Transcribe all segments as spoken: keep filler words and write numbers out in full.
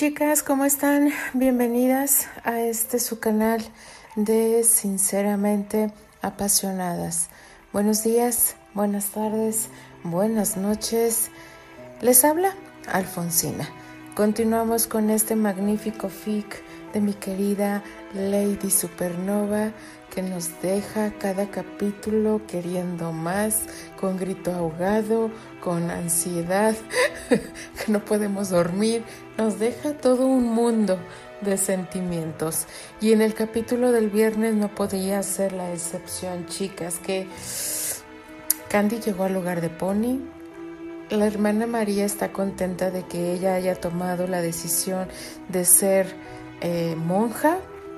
chicas, ¿cómo están? Bienvenidas a este su canal de Sinceramente Apasionadas. Buenos días, buenas tardes, buenas noches. Les habla Alfonsina. Continuamos con este magnífico fic de mi querida Lady Supernova, que nos deja cada capítulo queriendo más, con grito ahogado, con ansiedad, que no podemos dormir. Nos deja todo un mundo de sentimientos. Y en el capítulo del viernes no podía ser la excepción, chicas, que Candy llegó al hogar de Pony. La hermana María está contenta de que ella haya tomado la decisión de ser eh, monja,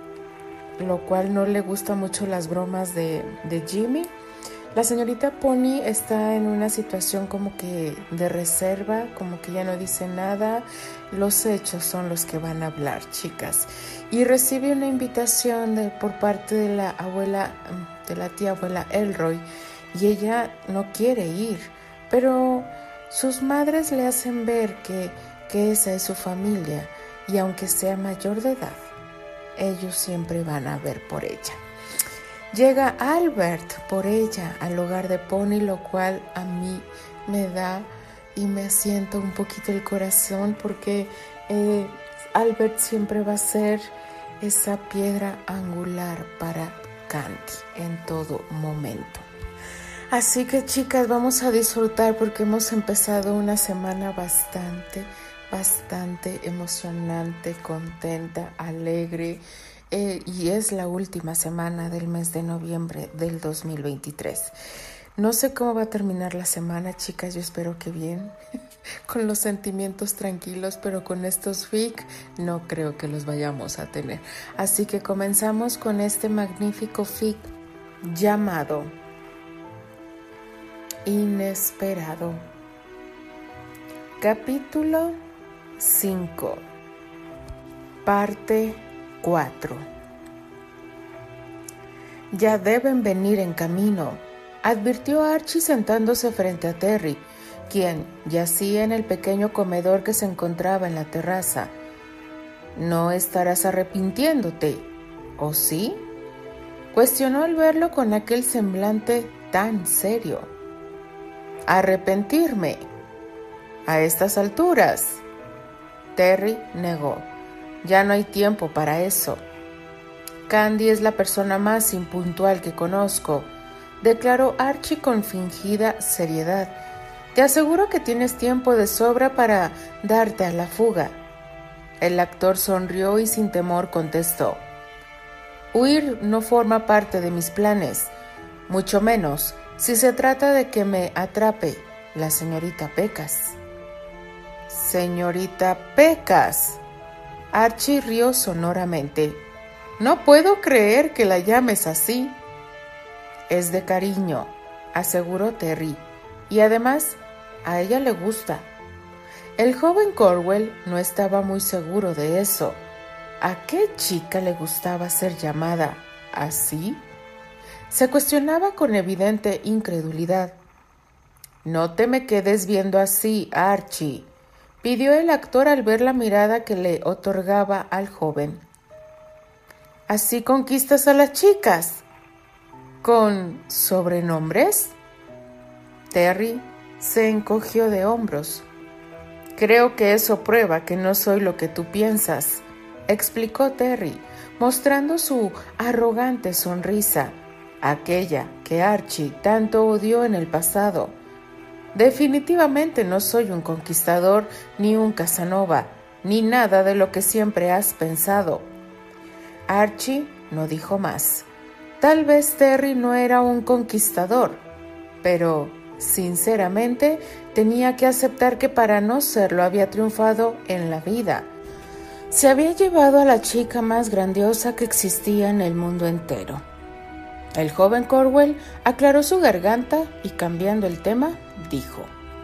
lo cual no le gusta mucho las bromas de, de Jimmy. La señorita Pony está en una situación como que de reserva, como que ya no dice nada. Los hechos son los que van a hablar, chicas. Y recibe una invitación de, por parte de la abuela, de la tía abuela Elroy, y ella no quiere ir, pero sus madres le hacen ver que, que esa es su familia, y aunque sea mayor de edad, ellos siempre van a ver por ella. Llega Albert por ella al hogar de Pony, lo cual a mí me da y me asienta un poquito el corazón, porque eh, Albert siempre va a ser esa piedra angular para Candy en todo momento. Así que, chicas, vamos a disfrutar porque hemos empezado una semana bastante, bastante emocionante, contenta, alegre. Eh, y es la última semana del mes de noviembre del dos mil veintitrés. No sé cómo va a terminar la semana, chicas, yo espero que bien, con los sentimientos tranquilos, pero con estos fic no creo que los vayamos a tener. Así que comenzamos con este magnífico fic llamado Inesperado. Capítulo cinco, parte cuatro. Ya deben venir en camino, advirtió Archie sentándose frente a Terry, quien yacía en el pequeño comedor que se encontraba en la terraza. ¿No estarás arrepintiéndote, o sí?, cuestionó al verlo con aquel semblante tan serio. ¿Arrepentirme? ¿A estas alturas? Terry negó. Ya no hay tiempo para eso. Candy es la persona más impuntual que conozco, declaró Archie con fingida seriedad. Te aseguro que tienes tiempo de sobra para darte a la fuga. El actor sonrió y sin temor contestó. Huir no forma parte de mis planes, mucho menos si se trata de que me atrape la señorita Pecas. Señorita Pecas. Archie rió sonoramente. No puedo creer que la llames así. Es de cariño, aseguró Terry, y además a ella le gusta. El joven Corwell no estaba muy seguro de eso. ¿A qué chica le gustaba ser llamada así? Se cuestionaba con evidente incredulidad. No te me quedes viendo así, Archie, pidió el actor al ver la mirada que le otorgaba al joven. ¿Así conquistas a las chicas? ¿Con sobrenombres? Terry se encogió de hombros. Creo que eso prueba que no soy lo que tú piensas, explicó Terry, mostrando su arrogante sonrisa, aquella que Archie tanto odió en el pasado. Definitivamente no soy un conquistador, ni un Casanova, ni nada de lo que siempre has pensado. Archie no dijo más. Tal vez Terry no era un conquistador, pero, sinceramente, tenía que aceptar que para no serlo había triunfado en la vida. Se había llevado a la chica más grandiosa que existía en el mundo entero. El joven Corwell aclaró su garganta y, cambiando el tema, dijo: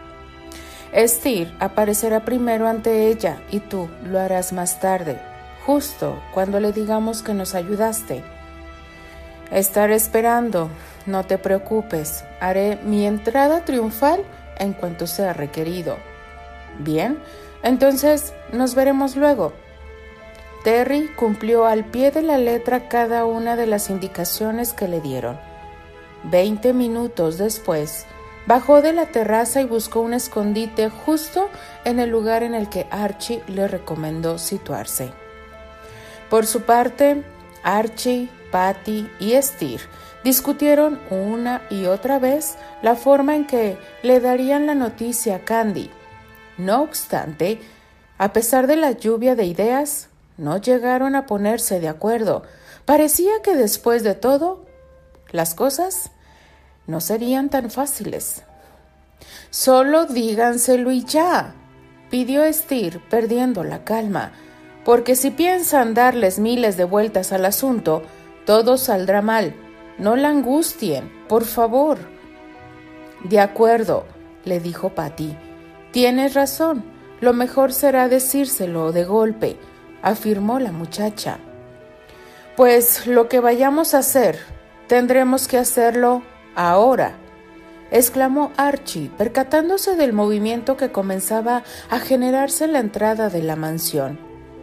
Steer aparecerá primero ante ella y tú lo harás más tarde, justo cuando le digamos que nos ayudaste. Estaré esperando, no te preocupes, haré mi entrada triunfal en cuanto sea requerido. Bien, Entonces, nos veremos luego. Terry cumplió al pie de la letra cada una de las indicaciones que le dieron. Veinte minutos después, bajó de la terraza y buscó un escondite justo en el lugar en el que Archie le recomendó situarse. Por su parte, Archie, Patty y Steer discutieron una y otra vez la forma en que le darían la noticia a Candy. No obstante, a pesar de la lluvia de ideas, no llegaron a ponerse de acuerdo. Parecía que después de todo, las cosas no serían tan fáciles. «Solo díganselo y ya», pidió Steer, perdiendo la calma, «porque si piensan darles miles de vueltas al asunto, todo saldrá mal. No la angustien, por favor». «De acuerdo», le dijo Patty. «Tienes razón, lo mejor será decírselo de golpe», afirmó la muchacha. «Pues lo que vayamos a hacer, tendremos que hacerlo ahora», exclamó Archie, percatándose del movimiento que comenzaba a generarse en la entrada de la mansión.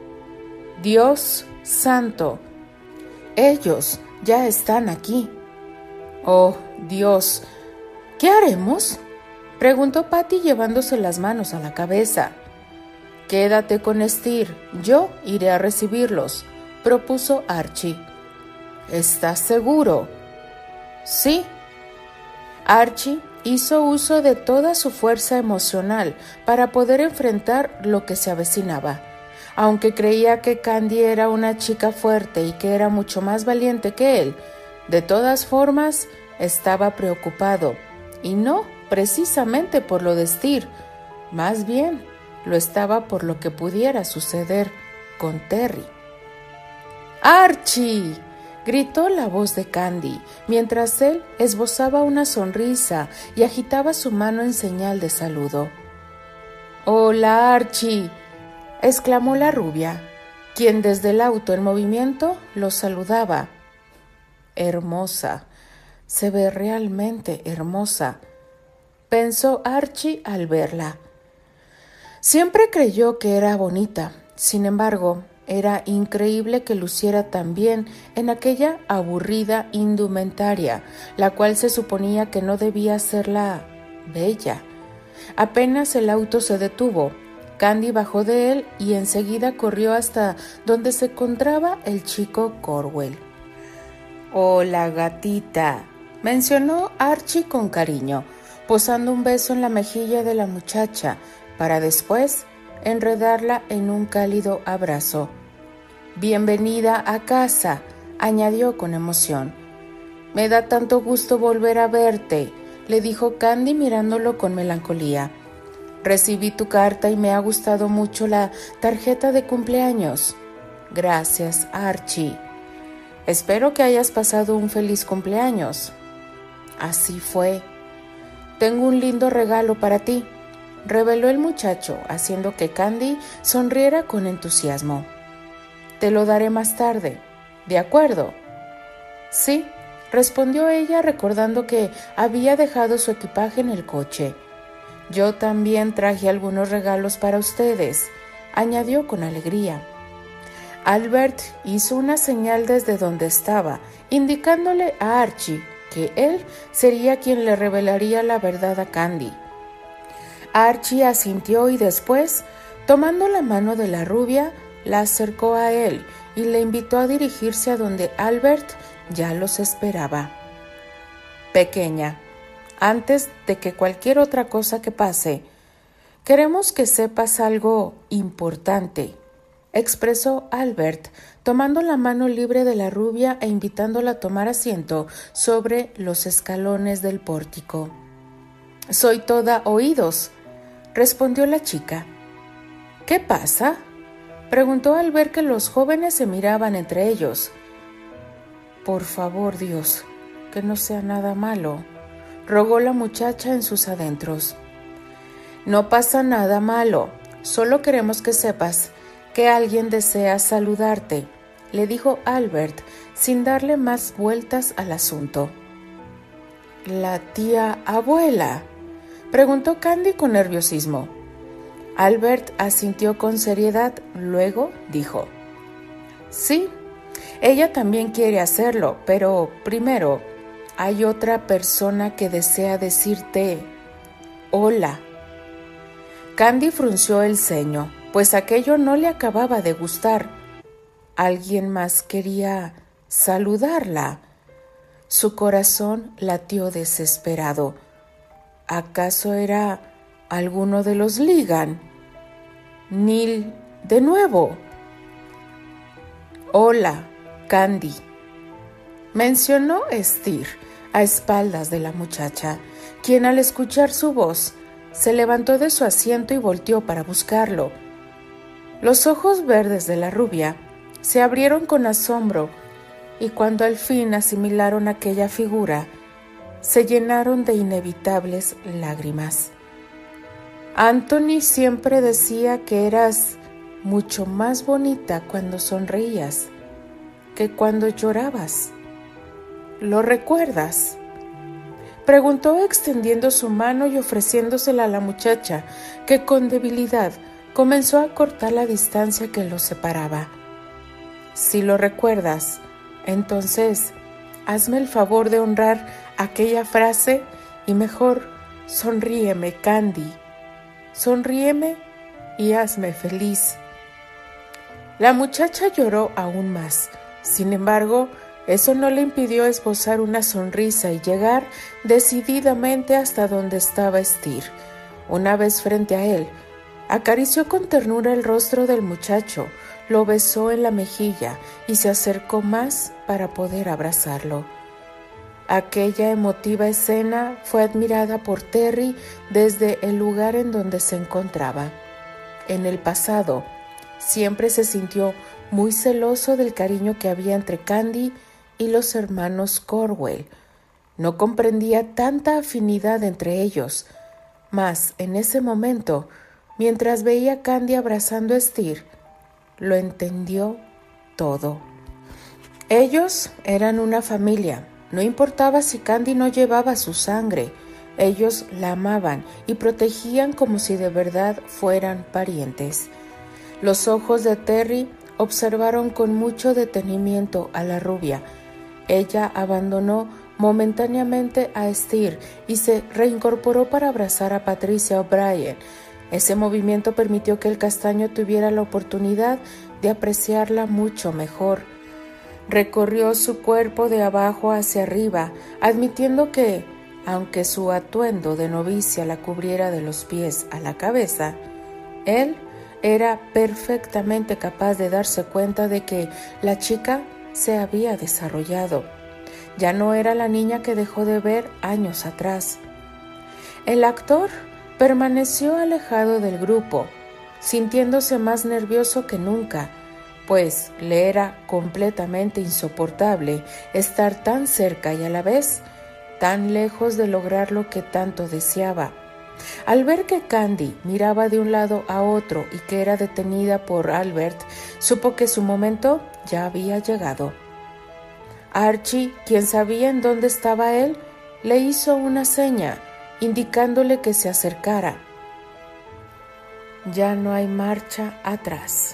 «Dios santo, ellos ya están aquí». «Oh, Dios, ¿qué haremos?», preguntó Patty llevándose las manos a la cabeza. «Quédate con Steer, yo iré a recibirlos», propuso Archie. «¿Estás seguro?». «Sí». Archie hizo uso de toda su fuerza emocional para poder enfrentar lo que se avecinaba. Aunque creía que Candy era una chica fuerte y que era mucho más valiente que él, de todas formas estaba preocupado, y no precisamente por lo de Steer, más bien lo estaba por lo que pudiera suceder con Terry. «¡Archie!», gritó la voz de Candy, mientras él esbozaba una sonrisa y agitaba su mano en señal de saludo. «¡Hola, Archie!», exclamó la rubia, quien desde el auto en movimiento lo saludaba. «Hermosa, se ve realmente hermosa», pensó Archie al verla. Siempre creyó que era bonita, sin embargo, era increíble que luciera tan bien en aquella aburrida indumentaria, la cual se suponía que no debía serla bella. Apenas el auto se detuvo, Candy bajó de él y enseguida corrió hasta donde se encontraba el chico Corwell. «Hola, gatita», mencionó Archie con cariño, posando un beso en la mejilla de la muchacha, para después enredarla en un cálido abrazo. «Bienvenida a casa», añadió con emoción. «Me da tanto gusto volver a verte», le dijo Candy mirándolo con melancolía. «Recibí tu carta y me ha gustado mucho la tarjeta de cumpleaños». «Gracias, Archie. Espero que hayas pasado un feliz cumpleaños». «Así fue». «Tengo un lindo regalo para ti», reveló el muchacho, haciendo que Candy sonriera con entusiasmo. «Te lo daré más tarde, ¿de acuerdo?». «Sí», respondió ella, recordando que había dejado su equipaje en el coche. «Yo también traje algunos regalos para ustedes», añadió con alegría. Albert hizo una señal desde donde estaba, indicándole a Archie que él sería quien le revelaría la verdad a Candy. Archie asintió y después, tomando la mano de la rubia, la acercó a él y le invitó a dirigirse a donde Albert ya los esperaba. «Pequeña, antes de que cualquier otra cosa que pase, queremos que sepas algo importante», expresó Albert, tomando la mano libre de la rubia e invitándola a tomar asiento sobre los escalones del pórtico. «Soy toda oídos», respondió la chica. «¿Qué pasa?», preguntó al ver que los jóvenes se miraban entre ellos. «Por favor, Dios, que no sea nada malo», rogó la muchacha en sus adentros. «No pasa nada malo, solo queremos que sepas que alguien desea saludarte», le dijo Albert, sin darle más vueltas al asunto. «¿La tía abuela?», preguntó Candy con nerviosismo. Albert asintió con seriedad, luego dijo: «Sí, ella también quiere hacerlo, pero primero hay otra persona que desea decirte hola». Candy frunció el ceño, pues aquello no le acababa de gustar. Alguien más quería saludarla. Su corazón latió desesperado. ¿Acaso era alguno de los Ligan? Neil, de nuevo. «Hola, Candy», mencionó Steer a espaldas de la muchacha, quien al escuchar su voz se levantó de su asiento y volteó para buscarlo. Los ojos verdes de la rubia se abrieron con asombro y cuando al fin asimilaron aquella figura, se llenaron de inevitables lágrimas. «Anthony siempre decía que eras mucho más bonita cuando sonreías que cuando llorabas. ¿Lo recuerdas?», preguntó extendiendo su mano y ofreciéndosela a la muchacha, que con debilidad comenzó a cortar la distancia que los separaba. «Si lo recuerdas, entonces hazme el favor de honrar aquella frase y mejor sonríeme, Candy. Sonríeme y hazme feliz». La muchacha lloró aún más. Sin embargo, eso no le impidió esbozar una sonrisa y llegar decididamente hasta donde estaba Steer. Una vez frente a él, acarició con ternura el rostro del muchacho, lo besó en la mejilla y se acercó más para poder abrazarlo. Aquella emotiva escena fue admirada por Terry desde el lugar en donde se encontraba. En el pasado, siempre se sintió muy celoso del cariño que había entre Candy y los hermanos Cornwell. No comprendía tanta afinidad entre ellos, mas en ese momento, mientras veía a Candy abrazando a Steer, lo entendió todo. Ellos eran una familia. No importaba si Candy no llevaba su sangre, ellos la amaban y protegían como si de verdad fueran parientes. Los ojos de Terry observaron con mucho detenimiento a la rubia. Ella abandonó momentáneamente a Steer y se reincorporó para abrazar a Patricia O'Brien. Ese movimiento permitió que el castaño tuviera la oportunidad de apreciarla mucho mejor. Recorrió su cuerpo de abajo hacia arriba, admitiendo que, aunque su atuendo de novicia la cubriera de los pies a la cabeza, él era perfectamente capaz de darse cuenta de que la chica se había desarrollado. Ya no era la niña que dejó de ver años atrás. El actor permaneció alejado del grupo, sintiéndose más nervioso que nunca, pues le era completamente insoportable estar tan cerca y a la vez tan lejos de lograr lo que tanto deseaba. Al ver que Candy miraba de un lado a otro y que era detenida por Albert, supo que su momento ya había llegado. Archie, quien sabía en dónde estaba él, le hizo una seña, indicándole que se acercara. Ya no hay marcha atrás.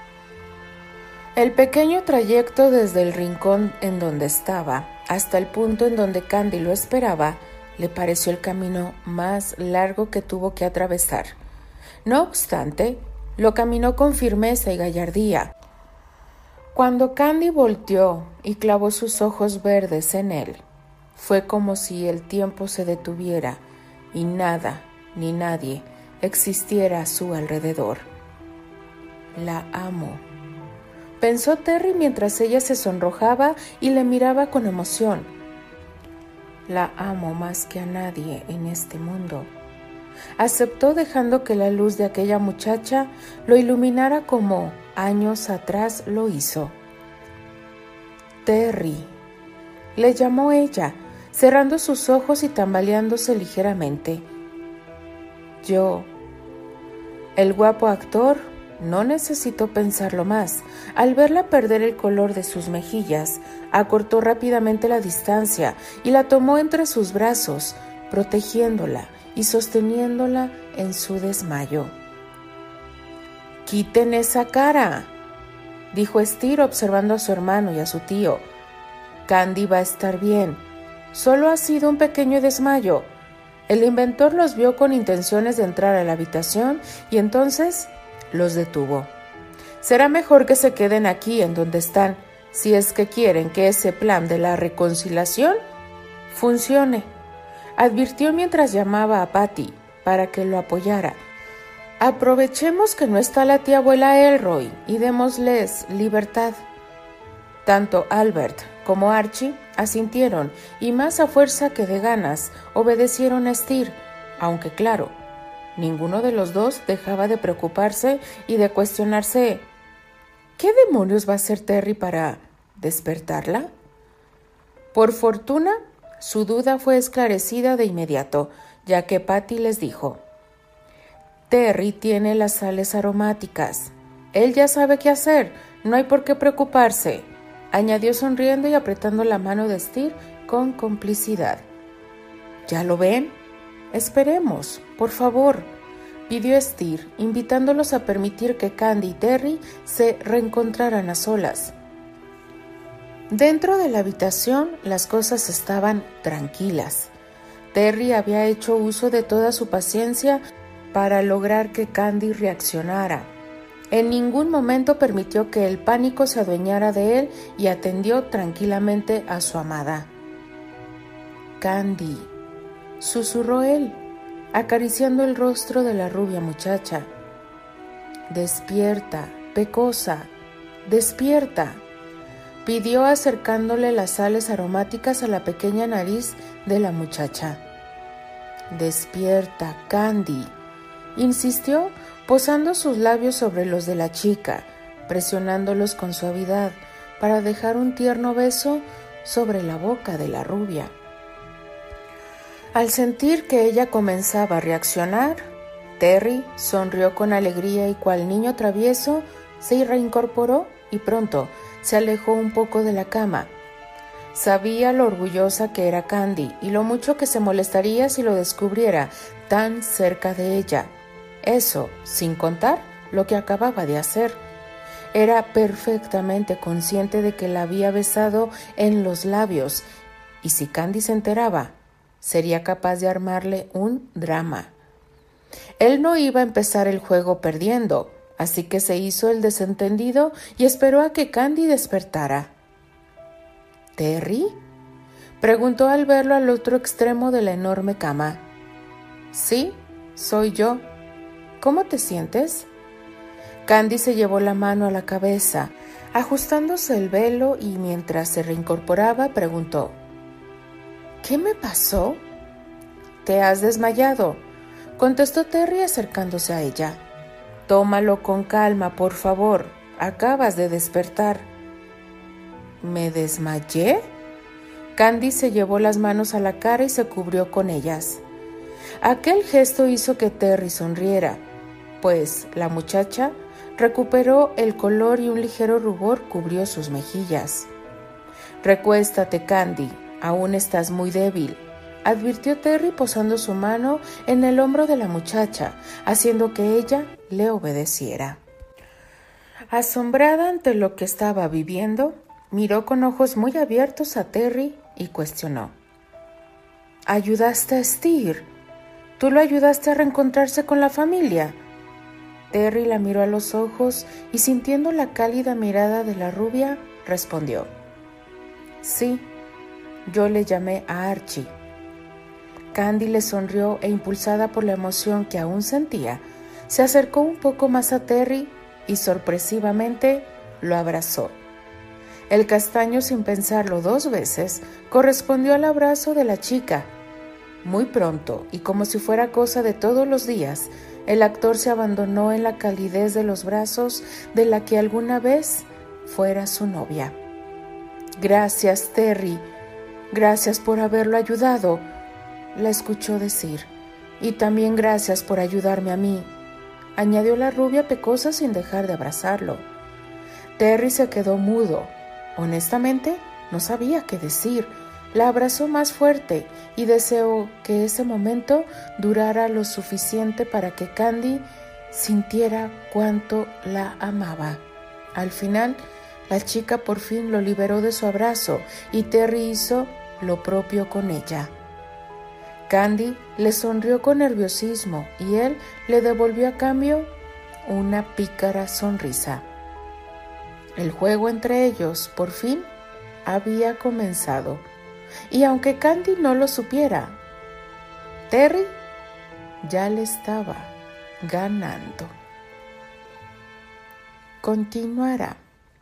El pequeño trayecto desde el rincón en donde estaba hasta el punto en donde Candy lo esperaba le pareció el camino más largo que tuvo que atravesar. No obstante, lo caminó con firmeza y gallardía. Cuando Candy volteó y clavó sus ojos verdes en él, fue como si el tiempo se detuviera y nada ni nadie existiera a su alrededor. «La amo», pensó Terry mientras ella se sonrojaba y le miraba con emoción. «La amo más que a nadie en este mundo», aceptó dejando que la luz de aquella muchacha lo iluminara como años atrás lo hizo. «Terry», le llamó ella, cerrando sus ojos y tambaleándose ligeramente. «Yo». El guapo actor no necesitó pensarlo más. Al verla perder el color de sus mejillas, acortó rápidamente la distancia y la tomó entre sus brazos, protegiéndola y sosteniéndola en su desmayo. «Quiten esa cara», dijo Steer observando a su hermano y a su tío. «Candy va a estar bien. Solo ha sido un pequeño desmayo». El inventor los vio con intenciones de entrar a la habitación y entonces los detuvo. «Será mejor que se queden aquí en donde están, si es que quieren que ese plan de la reconciliación funcione», advirtió mientras llamaba a Patty para que lo apoyara. «Aprovechemos que no está la tía abuela Elroy y démosles libertad». Tanto Albert como Archie asintieron y más a fuerza que de ganas obedecieron a Steer, aunque claro, ninguno de los dos dejaba de preocuparse y de cuestionarse ¿qué demonios va a hacer Terry para despertarla? Por fortuna, su duda fue esclarecida de inmediato, ya que Patty les dijo: «Terry tiene las sales aromáticas. Él ya sabe qué hacer, no hay por qué preocuparse», añadió sonriendo y apretando la mano de Steer con complicidad. «¿Ya lo ven? Esperemos, por favor», pidió Steer, invitándolos a permitir que Candy y Terry se reencontraran a solas. Dentro de la habitación las cosas estaban tranquilas. Terry había hecho uso de toda su paciencia para lograr que Candy reaccionara. En ningún momento permitió que el pánico se adueñara de él y atendió tranquilamente a su amada. «Candy», susurró él, acariciando el rostro de la rubia muchacha. «Despierta, pecosa, despierta», pidió acercándole las sales aromáticas a la pequeña nariz de la muchacha. «Despierta, Candy», insistió, posando sus labios sobre los de la chica, presionándolos con suavidad para dejar un tierno beso sobre la boca de la rubia. Al sentir que ella comenzaba a reaccionar, Terry sonrió con alegría y cual niño travieso se reincorporó y pronto se alejó un poco de la cama. Sabía lo orgullosa que era Candy y lo mucho que se molestaría si lo descubriera tan cerca de ella. Eso, sin contar lo que acababa de hacer. Era perfectamente consciente de que la había besado en los labios y si Candy se enteraba, sería capaz de armarle un drama. Él no iba a empezar el juego perdiendo, así que se hizo el desentendido y esperó a que Candy despertara. «¿Terry?», preguntó al verlo al otro extremo de la enorme cama. «Sí, soy yo. ¿Cómo te sientes?». Candy se llevó la mano a la cabeza, ajustándose el velo y mientras se reincorporaba preguntó: «¿Qué me pasó?». «Te has desmayado», contestó Terry acercándose a ella. «Tómalo con calma, por favor. Acabas de despertar». «¿Me desmayé?». Candy se llevó las manos a la cara y se cubrió con ellas. Aquel gesto hizo que Terry sonriera, pues la muchacha recuperó el color y un ligero rubor cubrió sus mejillas. «Recuéstate, Candy, aún estás muy débil», advirtió Terry posando su mano en el hombro de la muchacha, haciendo que ella le obedeciera. Asombrada ante lo que estaba viviendo, miró con ojos muy abiertos a Terry y cuestionó: «¿Ayudaste a Steer? ¿Tú lo ayudaste a reencontrarse con la familia?». Terry la miró a los ojos y sintiendo la cálida mirada de la rubia, respondió: «Sí, yo le llamé a Archie». Candy le sonrió e impulsada por la emoción que aún sentía, se acercó un poco más a Terry y sorpresivamente lo abrazó. El castaño, sin pensarlo dos veces, correspondió al abrazo de la chica. Muy pronto, y como si fuera cosa de todos los días, el actor se abandonó en la calidez de los brazos de la que alguna vez fuera su novia. «Gracias, Terry. Gracias por haberlo ayudado», la escuchó decir. «Y también gracias por ayudarme a mí», añadió la rubia pecosa sin dejar de abrazarlo. Terry se quedó mudo. Honestamente, no sabía qué decir. La abrazó más fuerte y deseó que ese momento durara lo suficiente para que Candy sintiera cuánto la amaba. Al final, la chica por fin lo liberó de su abrazo y Terry hizo lo propio con ella. Candy le sonrió con nerviosismo y él le devolvió a cambio una pícara sonrisa. El juego entre ellos, por fin, había comenzado. Y aunque Candy no lo supiera, Terry ya le estaba ganando. Continuará.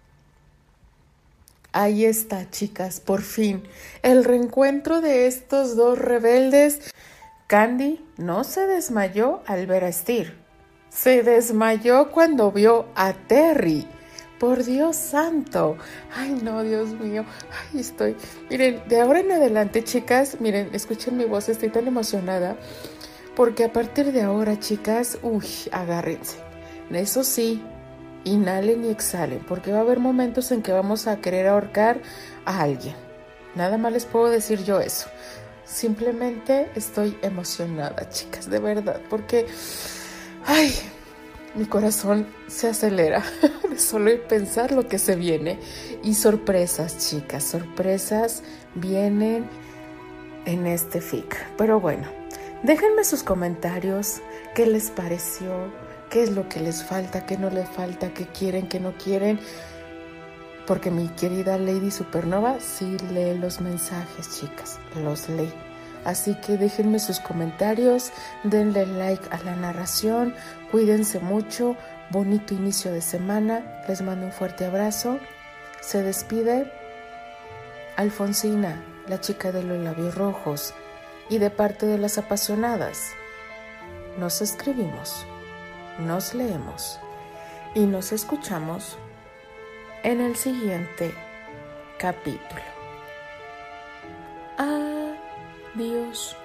Ahí está, chicas, por fin, el reencuentro de estos dos rebeldes. Candy no se desmayó al ver a Steer. Se desmayó cuando vio a Terry. Por Dios santo. Ay, no, Dios mío. Ay, estoy... Miren, de ahora en adelante, chicas, miren, escuchen mi voz, estoy tan emocionada. Porque a partir de ahora, chicas, uy, agárrense. Eso sí, inhalen y exhalen, porque va a haber momentos en que vamos a querer ahorcar a alguien. Nada más les puedo decir yo eso. Simplemente estoy emocionada, chicas, de verdad, porque... Ay, mi corazón se acelera de solo pensar lo que se viene. Y sorpresas, chicas, sorpresas vienen en este fic. Pero bueno, déjenme sus comentarios, qué les pareció, qué es lo que les falta, qué no les falta, qué quieren, qué no quieren. Porque mi querida Lady Supernova sí lee los mensajes, chicas, los lee. Así que déjenme sus comentarios, denle like a la narración, cuídense mucho, bonito inicio de semana, les mando un fuerte abrazo. Se despide Alfonsina, la chica de los labios rojos, y de parte de las apasionadas, nos escribimos, nos leemos y nos escuchamos en el siguiente capítulo. Adiós.